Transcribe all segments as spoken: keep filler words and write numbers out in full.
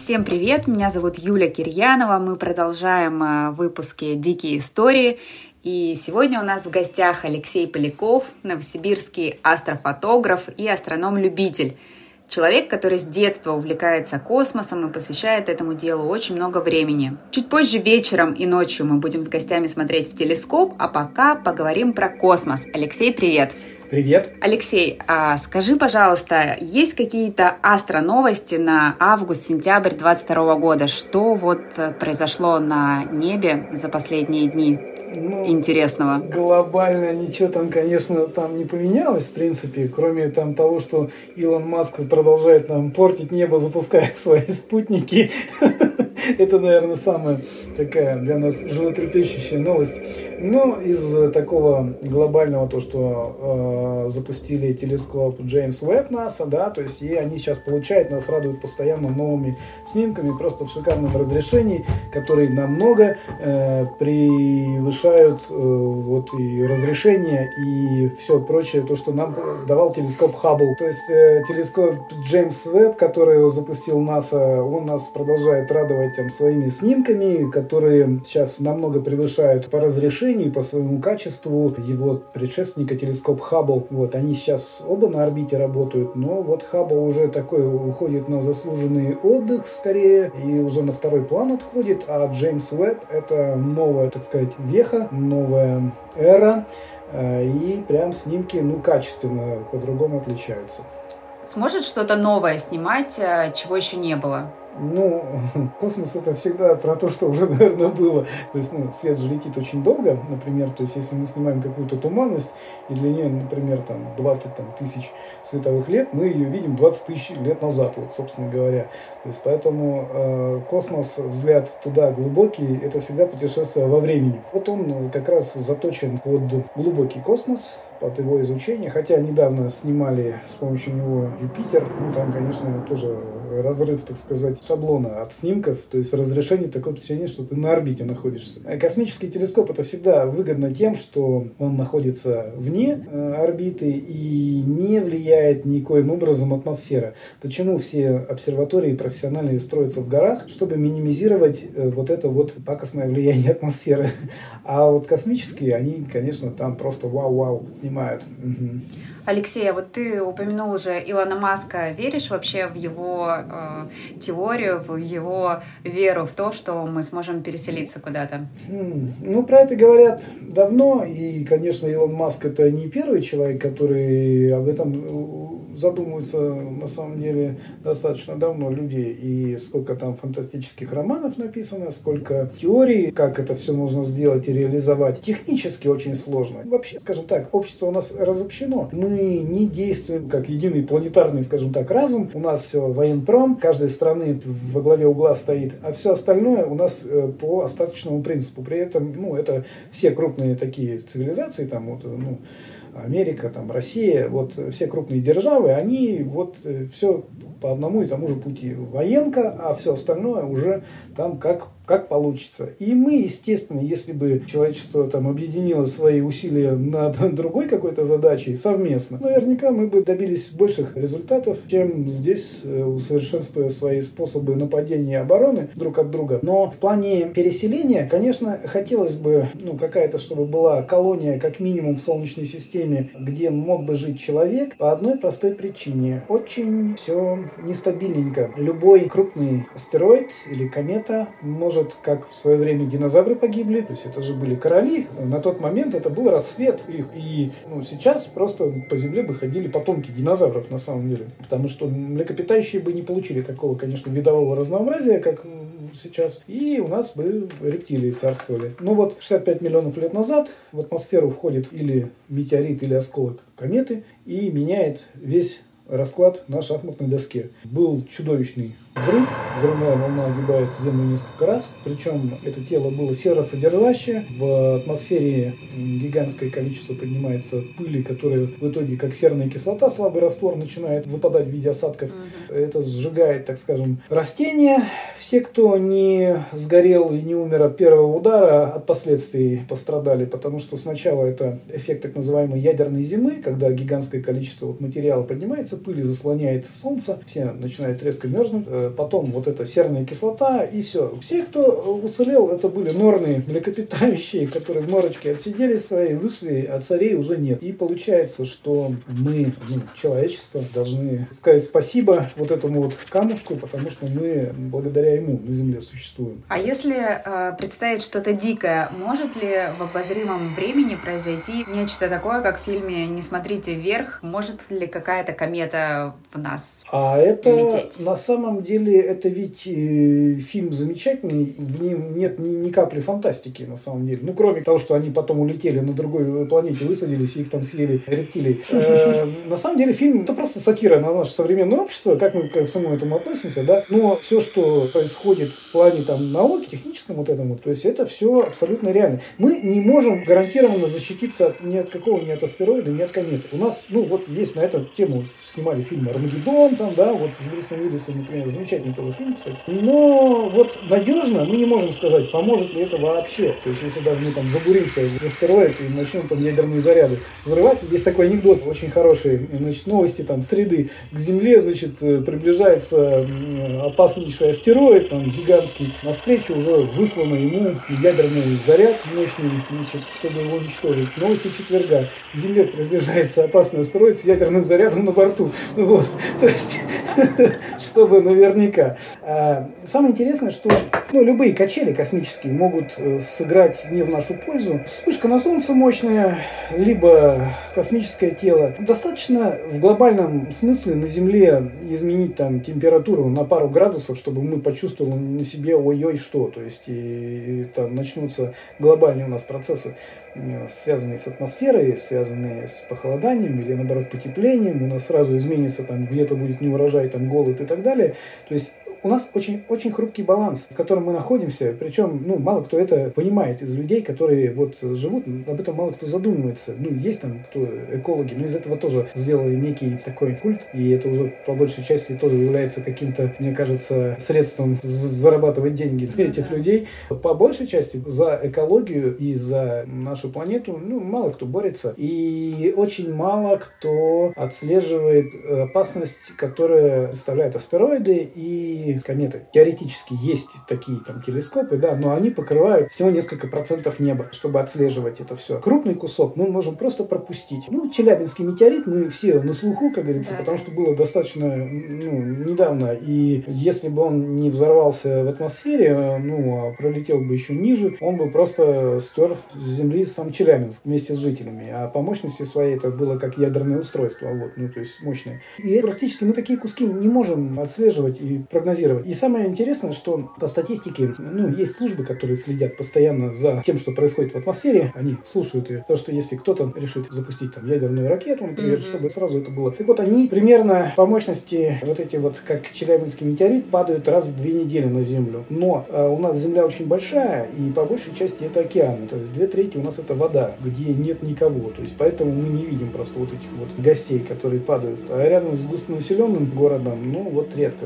Всем привет, меня зовут Юля Кирьянова, мы продолжаем выпуски «Дикие истории». И сегодня у нас в гостях Алексей Поляков, новосибирский астрофотограф и астроном-любитель. Человек, который с детства увлекается космосом и посвящает этому делу очень много времени. Чуть позже вечером и ночью мы будем с гостями смотреть в телескоп, а пока поговорим про космос. Алексей, привет! Привет! Алексей, а скажи, пожалуйста, есть какие-то астроновости на август-сентябрь двадцать второго года? Что вот произошло на небе за последние дни? Ну, интересного. Глобально ничего там, конечно, там не поменялось, в принципе, кроме там того, что Илон Маск продолжает нам портить небо, запуская свои спутники. Это, наверное, самая такая для нас животрепещущая новость. Но из такого глобального, то, что э, запустили телескоп Джеймс Уэбб НАСА, да, то есть и они сейчас получают, нас радуют постоянно новыми снимками, просто в шикарном разрешении, которые намного э, превышают э, вот и разрешение и все прочее, то, что нам давал телескоп Хаббл. То есть э, телескоп Джеймс Уэбб, который запустил НАСА, он нас продолжает радовать там своими снимками, которые сейчас намного превышают по разрешению, по своему качеству его предшественника телескоп Хаббл. Вот, они сейчас оба на орбите работают, но вот Хаббл уже такой уходит на заслуженный отдых скорее и уже на второй план отходит, а Джеймс Уэбб это новая, так сказать, веха, новая эра, и прям снимки, ну, качественно по-другому отличаются. Сможет что-то новое снимать, чего еще не было? Ну, космос это всегда про то, что уже, наверное, было. То есть, ну, свет же летит очень долго, например, то есть, если мы снимаем какую-то туманность, и для нее, например, там, двадцать там, тысяч световых лет, мы ее видим двадцать тысяч лет назад, вот, собственно говоря. То есть, поэтому э, космос, взгляд туда глубокий, это всегда путешествие во времени. Вот он как раз заточен под глубокий космос, под его изучение, хотя недавно снимали с помощью него Юпитер, ну там, конечно, тоже разрыв, так сказать, шаблона от снимков, то есть разрешение такое впечатление, что ты на орбите находишься. Космический телескоп это всегда выгодно тем, что он находится вне э, орбиты и не влияет никоим образом атмосфера. Почему все обсерватории профессиональные строятся в горах? Чтобы минимизировать э, вот это вот пакостное влияние атмосферы. А вот космические, они, конечно, там просто вау-вау снимают. Угу. Алексей, а вот ты упомянул уже Илона Маска. Веришь вообще в его э, теорию, в его веру в то, что мы сможем переселиться куда-то? Хм. Ну, про это говорят давно. И, конечно, Илон Маск это не первый человек, который об этом задумывается, на самом деле, достаточно давно людей. И сколько там фантастических романов написано, сколько теорий, как это все можно сделать и реализовать. Технически очень сложно. Вообще, скажем так, общество у нас разобщено. Мы не действуем как единый планетарный, скажем так, разум. У нас все военпром, каждой страны во главе угла стоит, а все остальное у нас по остаточному принципу. При этом, ну, это все крупные такие цивилизации, там, вот, ну, Америка, там, Россия, вот все крупные державы, они вот все по одному и тому же пути. Военка, а все остальное уже там как, как получится. И мы, естественно, если бы человечество там объединило свои усилия над другой какой-то задачей совместно, наверняка мы бы добились больших результатов, чем здесь, усовершенствуя свои способы нападения и обороны друг от друга. Но в плане переселения, конечно, хотелось бы, ну, какая-то, чтобы была колония как минимум в Солнечной системе, где мог бы жить человек, по одной простой причине. Очень все нестабильненько. Любой крупный астероид или комета может, как в свое время динозавры погибли, то есть это же были короли, на тот момент это был рассвет их, и ну, сейчас просто по Земле бы ходили потомки динозавров на самом деле, потому что млекопитающие бы не получили такого, конечно, видового разнообразия, как сейчас, и у нас бы рептилии царствовали. Но вот шестьдесят пять миллионов лет назад в атмосферу входит или метеорит, или осколок кометы и меняет весь расклад на шахматной доске. Был чудовищный взрыв, взрывная волна огибает Землю несколько раз, причем это тело было серосодержащее, в атмосфере гигантское количество поднимается пыли, которая в итоге как серная кислота, слабый раствор, начинает выпадать в виде осадков. Uh-huh. Это сжигает, так скажем, растения. Все, кто не сгорел и не умер от первого удара, от последствий пострадали, потому что сначала это эффект так называемой ядерной зимы, когда гигантское количество вот материала поднимается, пыли заслоняет солнце, все начинают резко мерзнуть, потом вот эта серная кислота, и все. Все, кто уцелел, это были норные млекопитающие, которые в норочке отсидели свои, вышли, а царей уже нет. И получается, что мы, ну, человечество, должны сказать спасибо вот этому вот камушку, потому что мы благодаря ему на Земле существуем. А если э, представить что-то дикое, может ли в обозримом времени произойти нечто такое, как в фильме «Не смотрите вверх»? Может ли какая-то комета в нас а это, лететь? На самом деле, это ведь э, фильм замечательный, в нем нет ни, ни капли фантастики, на самом деле. Ну, кроме того, что они потом улетели на другой планете, высадились, и их там съели рептилии. Э, на самом деле, фильм — это просто сатира на наше современное общество, как мы ко всему этому относимся, да. Но все, что происходит в плане там науки, техническом вот этому, то есть это все абсолютно реально. Мы не можем гарантированно защититься ни от какого, ни от астероида, ни от кометы. У нас, ну, вот есть на эту тему, снимали фильм «Армагеддон», там, да, вот с Брюсом Уиллисом, например, замечательный тоже фильм, кстати. Но вот надежно мы не можем сказать, поможет ли это вообще. То есть, если даже мы там забуримся в астероид и начнем там ядерные заряды взрывать. Есть такой анекдот, очень хороший, значит, новости там среды. К Земле, значит, приближается опаснейший астероид, там, гигантский. Навстречу уже выслано ему ядерный заряд мощный, значит, чтобы его уничтожить. Новости четверга. К Земле приближается опасный астероид с ядерным зарядом на борту. Вот. То есть, чтобы наверняка. А самое интересное, что, ну, любые качели космические могут сыграть не в нашу пользу. Вспышка на Солнце мощная, либо космическое тело. Достаточно в глобальном смысле на Земле изменить там температуру на пару градусов, чтобы мы почувствовали на себе ой-ой что. То есть и, и, там начнутся глобальные у нас процессы, связанные с атмосферой, связанные с похолоданием или, наоборот, потеплением. У нас сразу изменится, там где-то будет неурожай, там голод и так далее. То есть у нас очень, очень хрупкий баланс, в котором мы находимся. Причем, ну, мало кто это понимает из людей, которые вот живут, об этом мало кто задумывается. Ну, есть там кто экологи, но из этого тоже сделали некий такой культ. И это уже по большей части тоже является каким-то, мне кажется, средством зарабатывать деньги для этих людей. По большей части за экологию и за нашу планету, ну, мало кто борется. И очень мало кто отслеживает опасность, которая представляет астероиды и кометы. Теоретически есть такие там телескопы, да, но они покрывают всего несколько процентов неба, чтобы отслеживать это все. Крупный кусок мы можем просто пропустить. Ну, Челябинский метеорит, мы все на слуху, как говорится, да, потому что было достаточно, ну, недавно, и если бы он не взорвался в атмосфере, ну, а пролетел бы еще ниже, он бы просто стер с Земли сам Челябинск вместе с жителями. А по мощности своей это было как ядерное устройство, вот, ну, то есть мощное. И практически мы такие куски не можем отслеживать и прогнозировать. И самое интересное, что по статистике, ну, есть службы, которые следят постоянно за тем, что происходит в атмосфере. Они слушают ее. Потому что если кто-то решит запустить там ядерную ракету, например, mm-hmm. чтобы сразу это было. Так вот, они примерно по мощности, вот эти вот, как Челябинский метеорит, падают раз в две недели на Землю. Но э, у нас Земля очень большая, и по большей части это океаны. То есть две трети у нас это вода, где нет никого. То есть поэтому мы не видим просто вот этих вот гостей, которые падают. А рядом с густонаселенным городом, ну, вот редко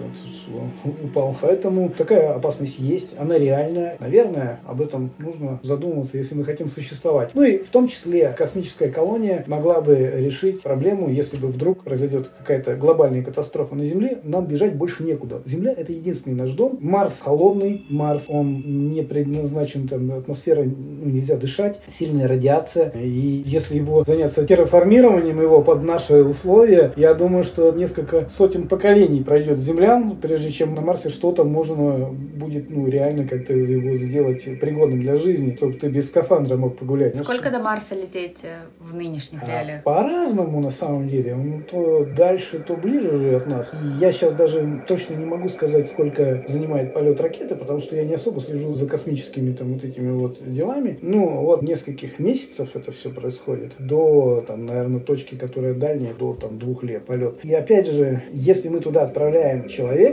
упал. Поэтому такая опасность есть, она реальная. Наверное, об этом нужно задумываться, если мы хотим существовать. Ну и в том числе космическая колония могла бы решить проблему, если бы вдруг произойдет какая-то глобальная катастрофа на Земле, нам бежать больше некуда. Земля — это единственный наш дом. Марс холодный, Марс, он не предназначен, там, атмосфера, ну, нельзя дышать, сильная радиация. И если его заняться терраформированием его под наши условия, я думаю, что несколько сотен поколений пройдет землян, прежде чем на Марсе что-то можно будет, ну, реально как-то его сделать пригодным для жизни, чтобы ты без скафандра мог погулять. Сколько до Марса лететь в нынешних реалиях? А, по-разному, на самом деле. Ну, то дальше, то ближе же от нас. Я сейчас даже точно не могу сказать, сколько занимает полет ракеты, потому что я не особо слежу за космическими там вот этими вот делами. Ну, вот нескольких месяцев это все происходит. До, там, наверное, точки, которая дальняя, до там двух лет полет. И опять же, если мы туда отправляем человека, даже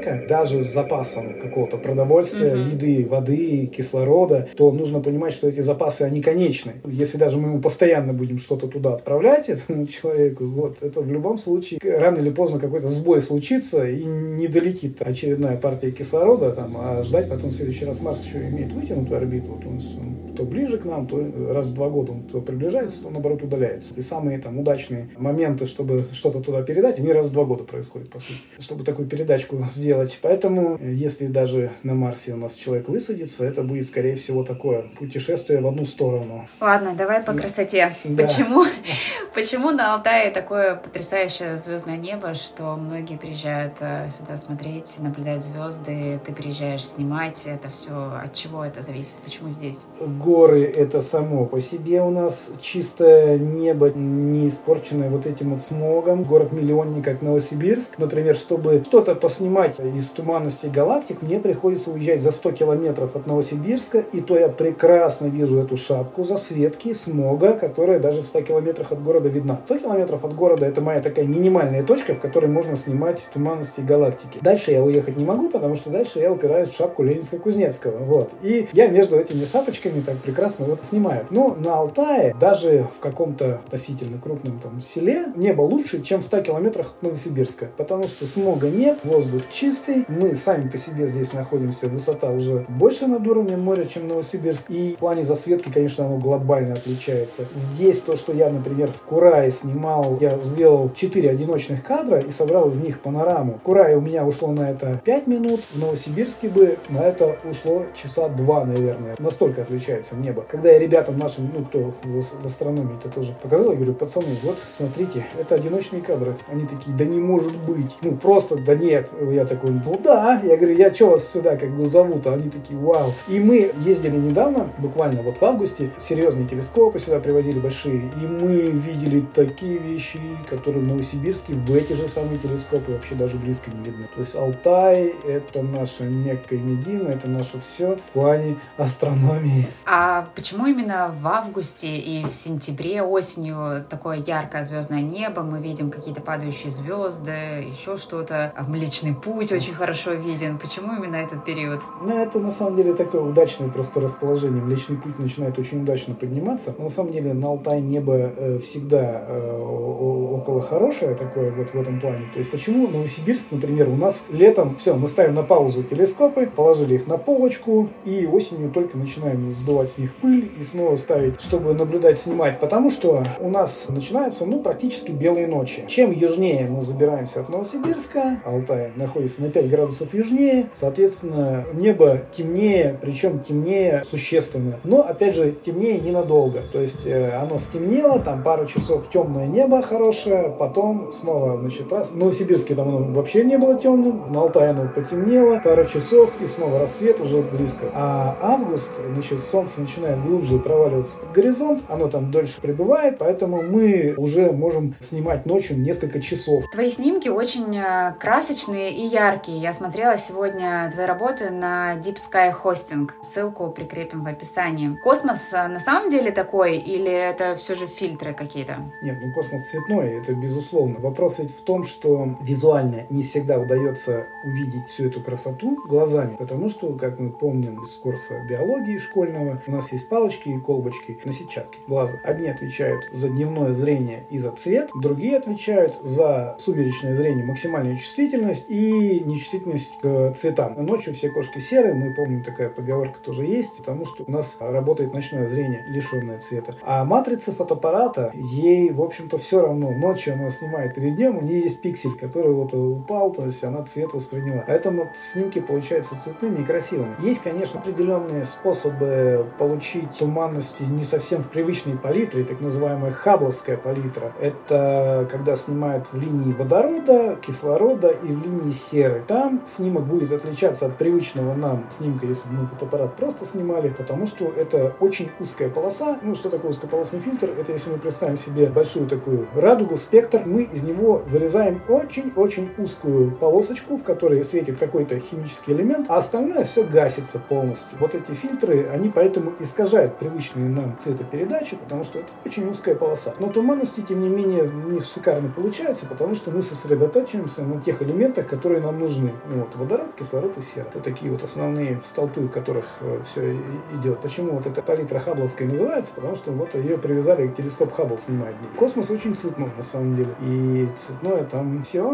даже с запасом какого-то продовольствия, Mm-hmm. еды, воды, кислорода, то нужно понимать, что эти запасы, они конечны. Если даже мы ему постоянно будем что-то туда отправлять, этому человеку, вот, это в любом случае рано или поздно какой-то сбой случится и не долетит очередная партия кислорода, там, а ждать потом в следующий раз Марс еще имеет вытянутую орбиту, вот он, он то ближе к нам, то раз в два года он то приближается, то наоборот удаляется. И самые там удачные моменты, чтобы что-то туда передать, они раз в два года происходят, по сути, чтобы такую передачку сделать. Поэтому, если даже на Марсе у нас человек высадится, это будет, скорее всего, такое путешествие в одну сторону. Ладно, давай по красоте. Да. Почему, почему на Алтае такое потрясающее звездное небо, что многие приезжают сюда смотреть, наблюдать звезды, ты приезжаешь снимать, это все, от чего это зависит? Почему здесь? Горы — это само по себе у нас чистое небо, не испорченное вот этим вот смогом. Город-миллионник, как Новосибирск. Например, чтобы что-то поснимать из туманностей галактик, мне приходится уезжать за сто километров от Новосибирска, и то я прекрасно вижу эту шапку засветки, смога, которая даже в ста километрах от города видна. сто километров от города — это моя такая минимальная точка, в которой можно снимать туманности галактики. Дальше я уехать не могу, потому что дальше я упираюсь в шапку Ленинска-Кузнецкого. Вот. И я между этими шапочками так прекрасно вот снимаю. Но на Алтае, даже в каком-то относительно крупном там селе, небо лучше, чем в ста километрах от Новосибирска. Потому что смога нет, воздух чистый, мы сами по себе здесь находимся, высота уже больше над уровнем моря, чем Новосибирск. И в плане засветки, конечно, оно глобально отличается. Здесь то, что я, например, в Курае снимал, я сделал четыре одиночных кадра и собрал из них панораму. В Курае у меня ушло на это пять минут, в Новосибирске бы на это ушло часа два, наверное. Настолько отличается небо. Когда я ребятам нашим, ну, кто в астрономии это тоже показал, я говорю: пацаны, вот, смотрите, это одиночные кадры. Они такие: да не может быть. Ну, просто, да нет. Я такой: ну да. Я говорю: я что вас сюда как бы зовут? А они такие: вау. И мы ездили недавно, буквально вот в августе, серьезные телескопы сюда привозили большие, и мы видели такие вещи, которые в Новосибирске в эти же самые телескопы вообще даже близко не видны. То есть Алтай — это наша Мекка и Медина, это наше все в плане астрономии. А почему именно в августе и в сентябре, осенью такое яркое звездное небо? Мы видим какие-то падающие звезды, еще что-то. А Млечный Путь очень хорошо виден. Почему именно этот период? Ну, это на самом деле такое удачное просто расположение. Млечный Путь начинает очень удачно подниматься. Но на самом деле на Алтае небо э, всегда э, около хорошее такое вот в этом плане. То есть почему Новосибирск, например, у нас летом все, мы ставим на паузу телескопы, положили их на полочку, и осенью только начинаем сдувать с них пыль и снова ставить, чтобы наблюдать, снимать. Потому что у нас начинаются, ну, практически белые ночи. Чем южнее мы забираемся от Новосибирска, Алтай находится на пять градусов южнее, соответственно, небо темнее, причем темнее существенно. Но, опять же, темнее ненадолго. То есть э, оно стемнело, там пару часов темное небо хорошее, потом снова, значит, раз. В Новосибирске там оно вообще не было темным, на Алтае оно потемнело, пару часов и снова рассвет уже близко. А август, значит, солнце начинает глубже проваливаться под горизонт, оно там дольше пребывает, поэтому мы уже можем снимать ночью несколько часов. Твои снимки очень красочные и яркие. Я смотрела сегодня твои работы на Deep Sky Hosting. Ссылку прикрепим в описании. Космос на самом деле такой или это все же фильтры какие-то? Нет, ну космос цветной, это безусловно. Вопрос ведь в том, что визуально не всегда удается увидеть всю эту красоту глазами, потому что, как мы помним из курса биологии школьного, у нас есть палочки и колбочки на сетчатке глаза. Одни отвечают за дневное зрение и за цвет, другие отвечают за сумеречное зрение, максимальную чувствительность и нечувствительность к цветам. Ночью все кошки серые, мы помним, такая поговорка тоже есть, потому что у нас работает ночное зрение, лишенное цвета. А матрица фотоаппарата, ей, в общем-то, все равно, ночью она снимает или днем, у нее есть пиксель, который вот упал, то есть она цвет восприняла. Поэтому снимки получаются цветными и красивыми. Есть, конечно, определенные способы получить туманности не совсем в привычной палитре, так называемая хаббловская палитра. Это когда снимают в линии водорода, кислорода и в линии серы. Там снимок будет отличаться от привычного нам снимка, если бы мы фотоаппарат просто снимали, потому что это очень узкая полоса. Ну, что такое узкополосный фильтр? Это если мы представим себе большую такую радугу, спектр, мы из него вырезаем очень-очень узкую полосочку, в которой светит какой-то химический элемент, а остальное все гасится полностью. Вот эти фильтры, они поэтому искажают привычные нам цветопередачи, потому что это очень узкая полоса. Но туманности, тем не менее, у них шикарно получается, потому что мы сосредотачиваемся на тех элементах, которые нам нужны. Вот. Водород, кислород и сера. Это такие вот основные столпы, в которых все идет. Почему вот эта палитра хаббловская называется? Потому что вот ее привязали, телескоп Хаббл снимает. Космос очень цветной на самом деле. И цветное там все.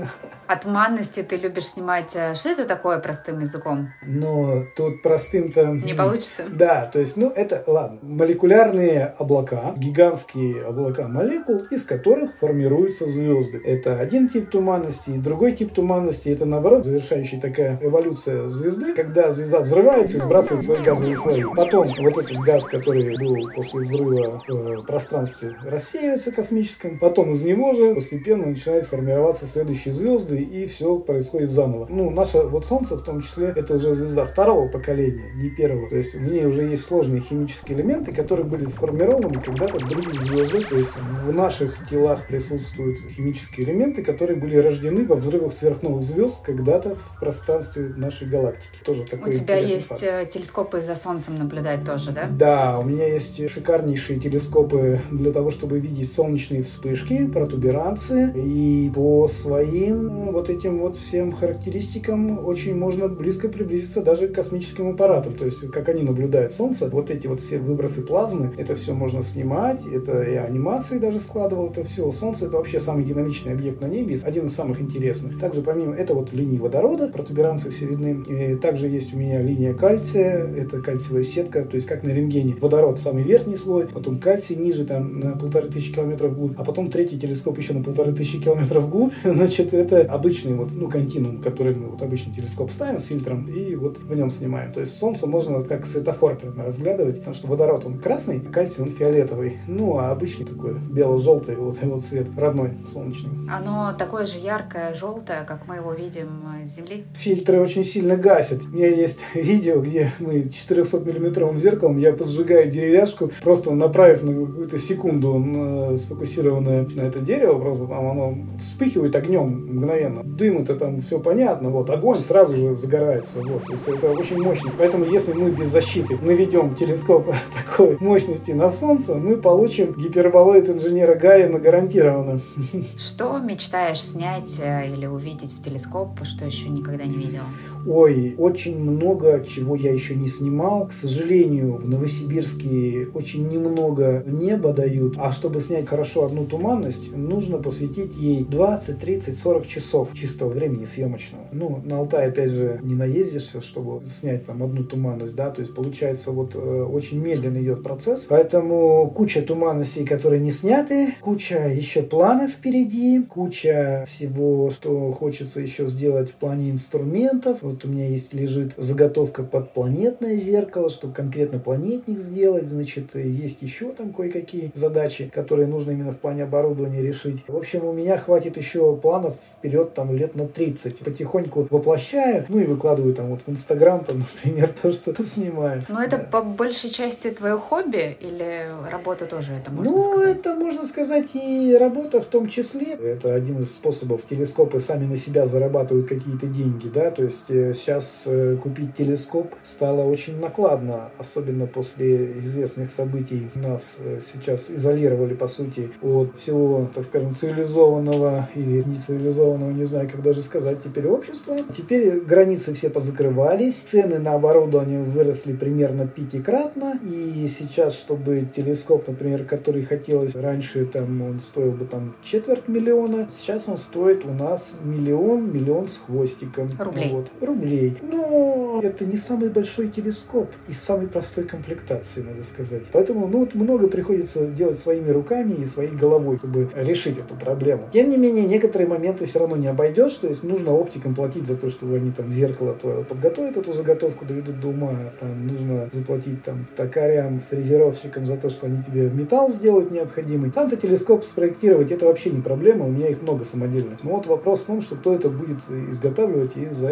О туманности ты любишь снимать. Что это такое простым языком? Но тут простым-то... Не получится? Да, то есть, ну, это, ладно, молекулярные облака, гигантские облака молекул, из которых формируются звезды. Это один тип туманности, и другой тип туманности, это, наоборот, завершающая такая эволюция звезды, когда звезда взрывается и сбрасывает свои газовые слои. Потом вот этот газ, который был после взрыва в пространстве, рассеивается космическом, потом из него же постепенно начинают формироваться следующие звезды, и все происходит заново. Ну, наше вот Солнце, в том числе, это уже звезда второго поколения, не первого. То есть в ней уже есть сложные химические элементы, которые были сформированы когда-то в других звездах. То есть в наших телах присутствуют химические элементы, которые были рождены во взрывах сверхновых звезд когда-то в пространстве нашей галактики. Тоже такой У тебя есть факт. телескопы за Солнцем наблюдать тоже, да? Да, у меня есть шикарнейшие телескопы для того, чтобы видеть солнечные вспышки, протуберанцы, и по своим вот этим вот всем характеристикам очень можно близко приблизиться даже к космическим аппаратам. То есть, как они наблюдают Солнце, вот эти вот все выбросы плазмы, это все можно снимать, это и анимации даже складывал, это все. Солнце — это вообще самый динамичный объект на небе, один из самых интересных. Также помимо этого вот линии водорода, протуберанцы все видны. И также есть у меня линия кальция, это кальциевая сетка, то есть как на рентгене. Водород — самый верхний слой, потом кальций ниже, там на полторы тысячи километров вглубь, а потом третий телескоп еще на полторы тысячи километров вглубь. Значит, это обычный вот, ну, континуум, который мы вот обычный телескоп ставим с фильтром и вот в нем снимаем. То есть Солнце можно вот как светофор прямо разглядывать, потому что водород он красный, а кальций он фиолетовый. Ну, а обычный такой бело-желтый вот его цвет, родной, солнечный. Оно такое же яркое, желтое, как мы его видим с Земли? Фильтры очень сильно гасят. У меня есть видео, где мы четырехсотмиллиметровым зеркалом, я поджигаю деревяшку, просто направив на какую-то секунду на, сфокусированное на это дерево, просто там оно вспыхивает огнем мгновенно. Дым это там все понятно, вот, огонь сразу же загорается, вот, то есть это очень мощно. Поэтому если мы без защиты наведем телескоп такой мощности на Солнце, мы получим гиперболоид инженера Гарина гарантированно. Что мечтаешь снять или увидеть в телескоп, что еще никогда не видела? Ой, очень много чего я еще не снимал. К сожалению, в Новосибирске очень немного неба дают. А чтобы снять хорошо одну туманность, нужно посвятить ей двадцать, тридцать, сорок часов чистого времени съемочного. Ну, на Алтае, опять же, не наездишься, чтобы снять там одну туманность, да, то есть получается вот э, очень медленно идет процесс. Поэтому куча туманностей, которые не сняты, куча еще планов впереди, куча всего, что хочется еще сделать в плане инструментов. Вот у меня есть, лежит заготовка под планетное зеркало, чтобы конкретно планетник сделать. Значит, есть еще там кое-какие задачи, которые нужно именно в плане оборудования решить. В общем, у меня хватит еще планов вперед там лет на тридцать. Потихоньку воплощаю, ну и выкладываю там вот в Инстаграм, там, например, то, что снимаю. Но это да. по большей части твое хобби или работа тоже, это можно ну, сказать? Ну, это можно сказать и работа в том числе. Это один из способов. Телескопы сами на себя зарабатывают какие-то деньги, да, то есть сейчас купить телескоп стало очень накладно, особенно после известных событий. Нас сейчас изолировали, по сути, от всего, так скажем, цивилизованного или нецивилизованного, не знаю, как даже сказать, теперь общества. Теперь границы все позакрывались, цены на оборудование выросли примерно пятикратно, и сейчас, чтобы телескоп, например, который хотелось раньше, там, он стоил бы там четверть миллиона, сейчас он стоит у нас миллион, миллион с хвостиком. Рублей. Вот. Рублей. Но это не самый большой телескоп из самой простой комплектации, надо сказать. Поэтому, ну, вот много приходится делать своими руками и своей головой, чтобы решить эту проблему. Тем не менее, некоторые моменты все равно не обойдешь, то есть нужно оптикам платить за то, чтобы они там зеркало твое подготовят, эту заготовку доведут до ума, там нужно заплатить там токарям, фрезеровщикам за то, что они тебе металл сделают необходимый. Сам-то телескоп спроектировать это вообще не проблема, у меня их много самодельных. Но вот вопрос в том, что кто это будет изготавливать, и за это платит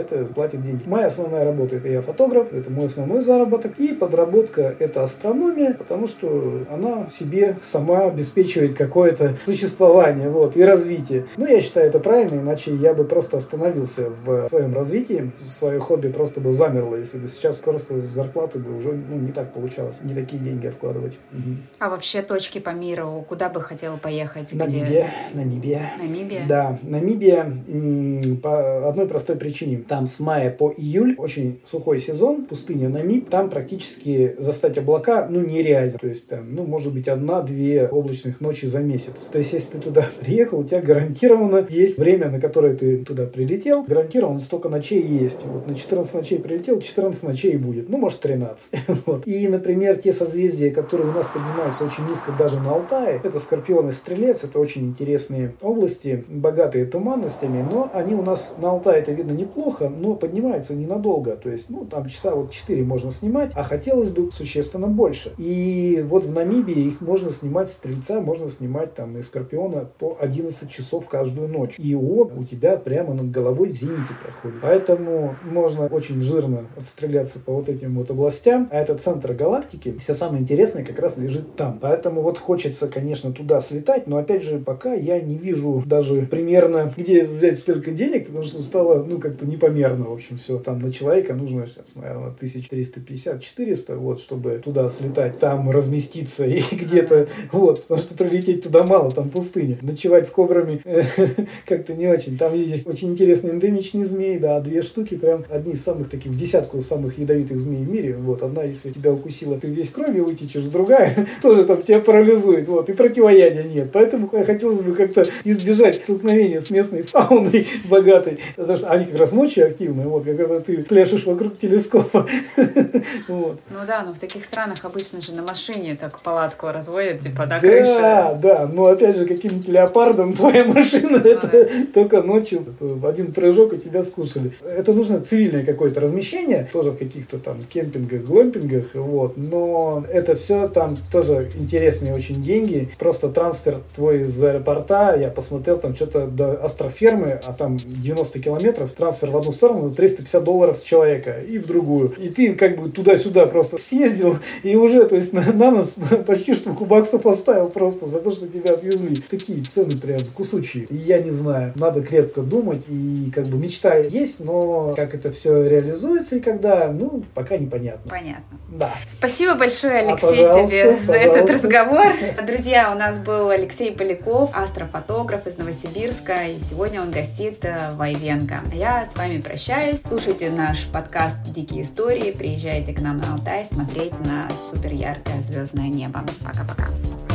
платят деньги. Моя основная работа — это я фотограф, это мой основной заработок. И подработка — это астрономия, потому что она себе сама обеспечивает какое-то существование, вот, и развитие. Ну, я считаю это правильно, иначе я бы просто остановился в своем развитии, свое хобби просто бы замерло, если бы сейчас просто с зарплаты бы уже ну, не так получалось, не такие деньги откладывать. Угу. А вообще точки по миру, куда бы хотел поехать? Намибия. Где? Намибия. Намибия? Да, Намибия м- по одной простой причине. Там с мая по июль очень сухой сезон, пустыня Намиб, там практически застать облака, ну, нереально. То есть там, ну, может быть, одна-две облачных ночи за месяц. То есть, если ты туда приехал, у тебя гарантированно есть время, на которое ты туда прилетел, гарантированно столько ночей есть. Вот на четырнадцать ночей прилетел, четырнадцать ночей будет. Ну, может, тринадцать. Вот. И, например, те созвездия, которые у нас поднимаются очень низко даже на Алтае, это Скорпион и Стрелец, это очень интересные области, богатые туманностями, но они у нас на Алтае это видно неплохо, но поднимаются ненадолго. То есть, ну, там часа вот четыре можно снимать, а хотелось бы существенно больше. И вот в Намибии их можно снимать, Стрельца можно снимать там и Скорпиона по одиннадцать часов каждую ночь. И он у тебя прямо над головой в зените проходит. Поэтому можно очень жирно отстреляться по вот этим вот областям. А это центр галактики. Все самое интересное как раз лежит там. Поэтому вот хочется, конечно, туда слетать, но опять же, пока я не вижу даже примерно, где взять столько денег, потому что стало, ну, как-то непомерно, в общем, все. Там на человека нужно сейчас, наверное, тысяча триста пятьдесят - четыреста, вот, чтобы туда слетать, там разместиться и где-то, вот, потому что прилететь туда мало, там пустыня. Ночевать с кобрами как-то не очень. Там есть очень интересные эндемичные змеи, да, две штуки, прям одни из самых таких, в десятку самых ядовитых змей в мире, вот, одна, если тебя укусила, ты весь кровью вытечешь, другая тоже там тебя парализует, вот, и противоядия нет. Поэтому хотелось бы как-то избежать столкновения с местной фауной богатой, потому что они как раз ночью активны, вот, когда ты пляшешь вокруг телескопа. Вот. Ну да, но в таких странах обычно же на машине так палатку разводят, типа, да, да, крыша. Да, да, но опять же, каким-нибудь леопардом твоя машина, ну, это да. Только ночью в один прыжок и тебя скушали. Это нужно цивильное какое-то размещение, тоже в каких-то там кемпингах, глэмпингах, вот, но это все там тоже интересные очень деньги. Просто трансфер твой из аэропорта, я посмотрел, там что-то до астрофермы, а там девяносто километров, трансфер в одну сторону, триста пятьдесят долларов с человека и в другую. И ты как бы туда-сюда просто съездил и уже, то есть на, на нос почти штуку баксов поставил просто за то, что тебя отвезли. Такие цены прям кусучие. И я не знаю, надо крепко думать, и как бы мечта есть, но как это все реализуется и когда, ну, пока непонятно. Понятно. Да. Спасибо большое, Алексей, а, тебе пожалуйста. за этот разговор. Друзья, у нас был Алексей Поляков, астрофотограф из Новосибирска, и сегодня он гостит в Айвенго. Я с вами прощаюсь. Слушайте наш подкаст «Дикие истории», приезжайте к нам на Алтай смотреть на супер яркое звездное небо. Пока-пока.